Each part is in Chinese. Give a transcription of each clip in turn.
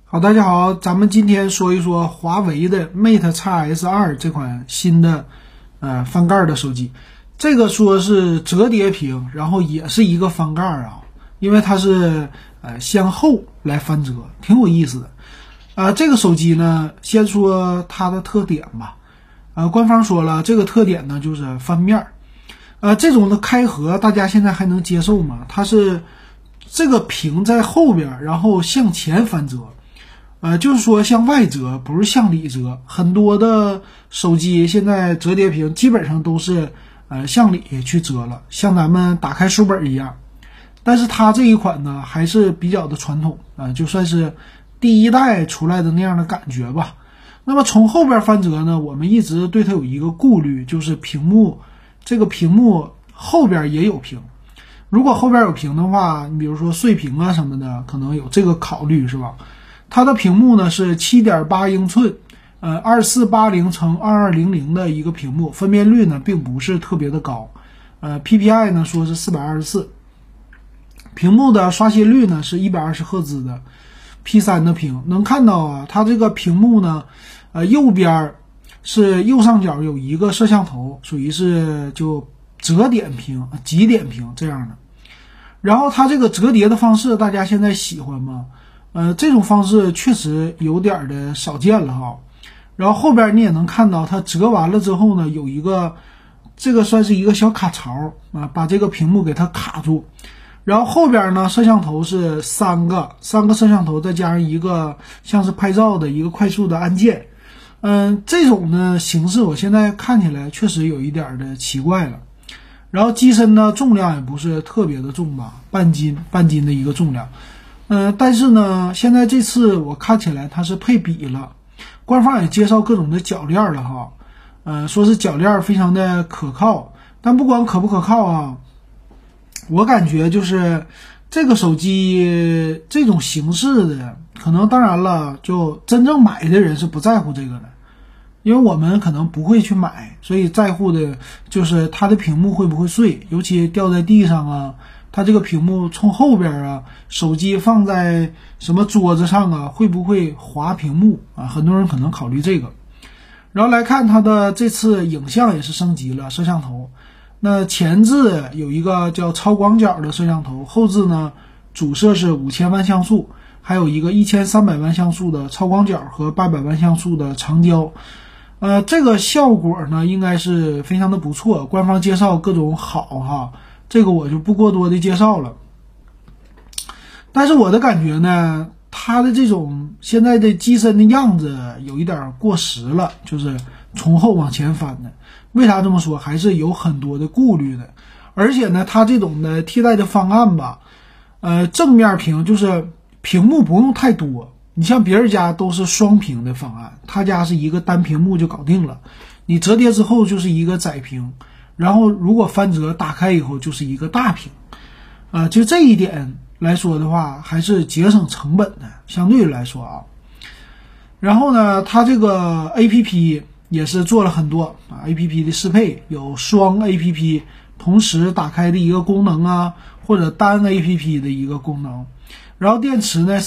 好，大家好，咱们今天说一说华为的 Mate X2 这款新的翻盖的手机。这个说是折叠屏，然后也是一个翻盖啊，因为它是向后来翻折，挺有意思的。这个手机呢，先说它的特点吧。官方说了，这个特点呢就是翻面。这种的开合大家现在还能接受吗？它是这个屏在后边，然后向前翻折。就是说向外折，不是向里折。很多的手机现在折叠屏基本上都是向里去折了，像咱们打开书本一样。但是它这一款呢还是比较的传统就算是第一代出来的那样的感觉吧。那么从后边翻折呢，我们一直对它有一个顾虑，就是这个屏幕后边也有屏。如果后边有屏的话，你比如说碎屏什么的，可能有这个考虑，是吧？它的屏幕呢是 7.8 英寸2480×2200的一个屏幕，分辨率呢并不是特别的高PPI 呢说是424，屏幕的刷新率呢是120赫兹的 P3 的屏。能看到它这个屏幕呢右边是右上角有一个摄像头，属于是就折点屏极点屏这样的。然后它这个折叠的方式大家现在喜欢吗？这种方式确实有点的少见了哈。然后后边你也能看到，它折完了之后呢，有一个这个算是一个小卡槽把这个屏幕给它卡住。然后后边呢，摄像头是三个摄像头，再加上一个像是拍照的一个快速的按键。这种的形式我现在看起来确实有一点的奇怪了。然后机身呢，重量也不是特别的重吧，半斤的一个重量。但是呢，现在这次我看起来它是配笔了，官方也介绍各种的铰链了哈，说是铰链非常的可靠，但不管可不可靠啊，我感觉就是这个手机这种形式的，可能当然了，就真正买的人是不在乎这个的，因为我们可能不会去买，所以在乎的就是它的屏幕会不会碎，尤其掉在地上它这个屏幕冲后边手机放在什么桌子上会不会滑屏幕很多人可能考虑这个。然后来看它的这次影像也是升级了摄像头，那前置有一个叫超广角的摄像头，后置呢主摄是5000万像素，还有一个1300万像素的超广角和800万像素的长焦。这个效果呢应该是非常的不错，官方介绍各种好哈。这个我就不过多的介绍了，但是我的感觉呢，它的这种现在的机身的样子有一点过时了，就是从后往前翻的。为啥这么说？还是有很多的顾虑的。而且呢，它这种的替代的方案吧，正面屏就是屏幕不用太多。你像别人家都是双屏的方案，他家是一个单屏幕就搞定了。你折叠之后就是一个窄屏。然后如果翻折打开以后就是一个大屏，就这一点来说的话，还是节省成本的，相对来说然后呢，它这个 APP 也是做了很多APP 的适配，有双 APP 同时打开的一个功能或者单 APP 的一个功能。然后电池呢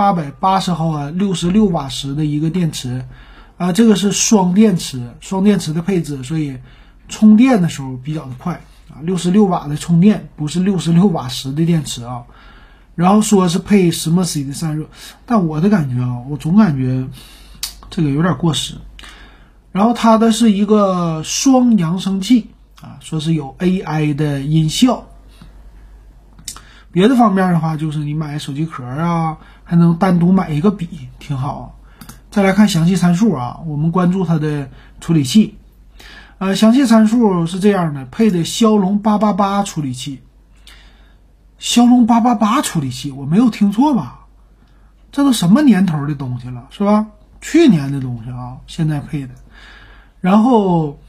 ，4880毫安66瓦时的一个电池这个是双电池的配置，所以充电的时候比较的快66瓦的充电，不是66瓦时的电池然后说是配10C 的散热，但我的感觉我总感觉这个有点过时。然后它的是一个双扬声器说是有 AI 的音效。别的方面的话，就是你买手机壳还能单独买一个笔，挺好再来看详细参数我们关注它的处理器。详细参数是这样的，配的骁龙888处理器。骁龙888处理器，我没有听错吧？这都什么年头的东西了，是吧？去年的东西现在配的。然后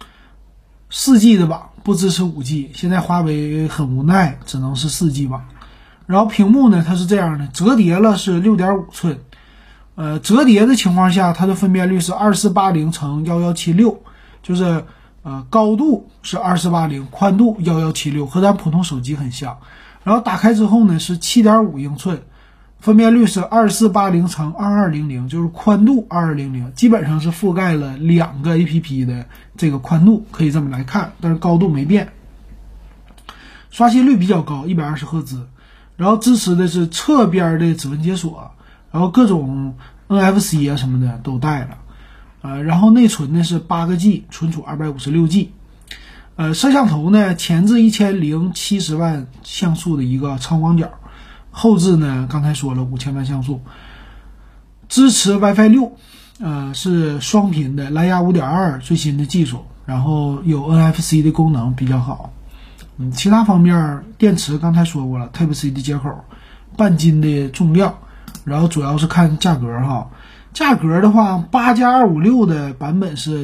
4G 的网不支持5G， 现在华为很无奈，只能是4G 网。然后屏幕呢，它是这样的，折叠了是 6.5 寸。折叠的情况下，它的分辨率是2480×1176，就是高度是2480，宽度1176，和咱普通手机很像。然后打开之后呢是 7.5 英寸， 分辨率是2480×2200，就是宽度2200，基本上是覆盖了2个 APP 的这个宽度，可以这么来看，但是高度没变。刷新率比较高，120赫兹，然后支持的是侧边的指纹解锁，然后各种 NFC 啊什么的都带了，然后内存呢是8个 G， 存储256 G。摄像头呢前置1070万像素的一个超广角，后置呢刚才说了5000万像素，支持 WiFi 6，是双频的蓝牙 5.2 最新的技术，然后有 NFC 的功能比较好。其他方面电池刚才说过了 Type-C 的接口，半斤的重量，然后主要是看价格哈。价格的话8+256的版本是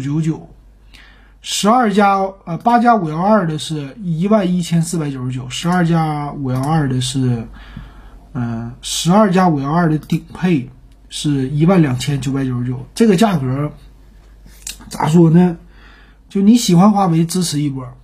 9999，8+512的是11499，12+512的是12+512的顶配是12999。这个价格咋说呢？就你喜欢华为支持一波，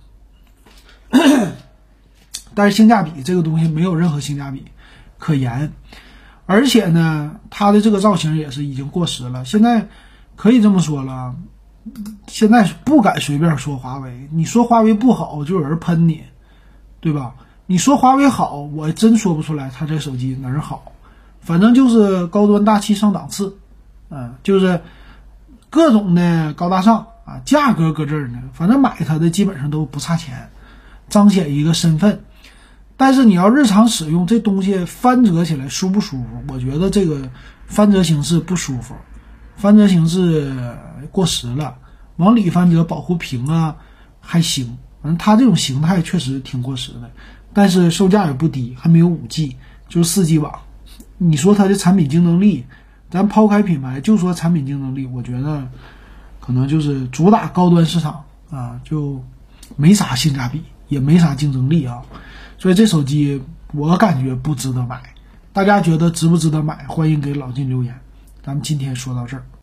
但是性价比这个东西没有任何性价比可言，而且呢，它的这个造型也是已经过时了。现在可以这么说了，现在不敢随便说华为，你说华为不好就有人喷你，对吧？你说华为好，我真说不出来它这手机哪儿好，反正就是高端大气上档次，就是各种的高大上啊，价格搁这儿呢，反正买它的基本上都不差钱，彰显一个身份。但是你要日常使用这东西翻折起来舒不舒服？我觉得这个翻折形式不舒服，翻折形式过时了，往里翻折保护屏啊还行，反正它这种形态确实挺过时的，但是售价也不低，还没有 5G， 就是4G 网。你说它的产品竞争力，咱抛开品牌就说产品竞争力，我觉得可能就是主打高端市场啊，就没啥性价比，也没啥竞争力啊。所以这手机我感觉不值得买，大家觉得值不值得买？欢迎给老金留言。咱们今天说到这儿。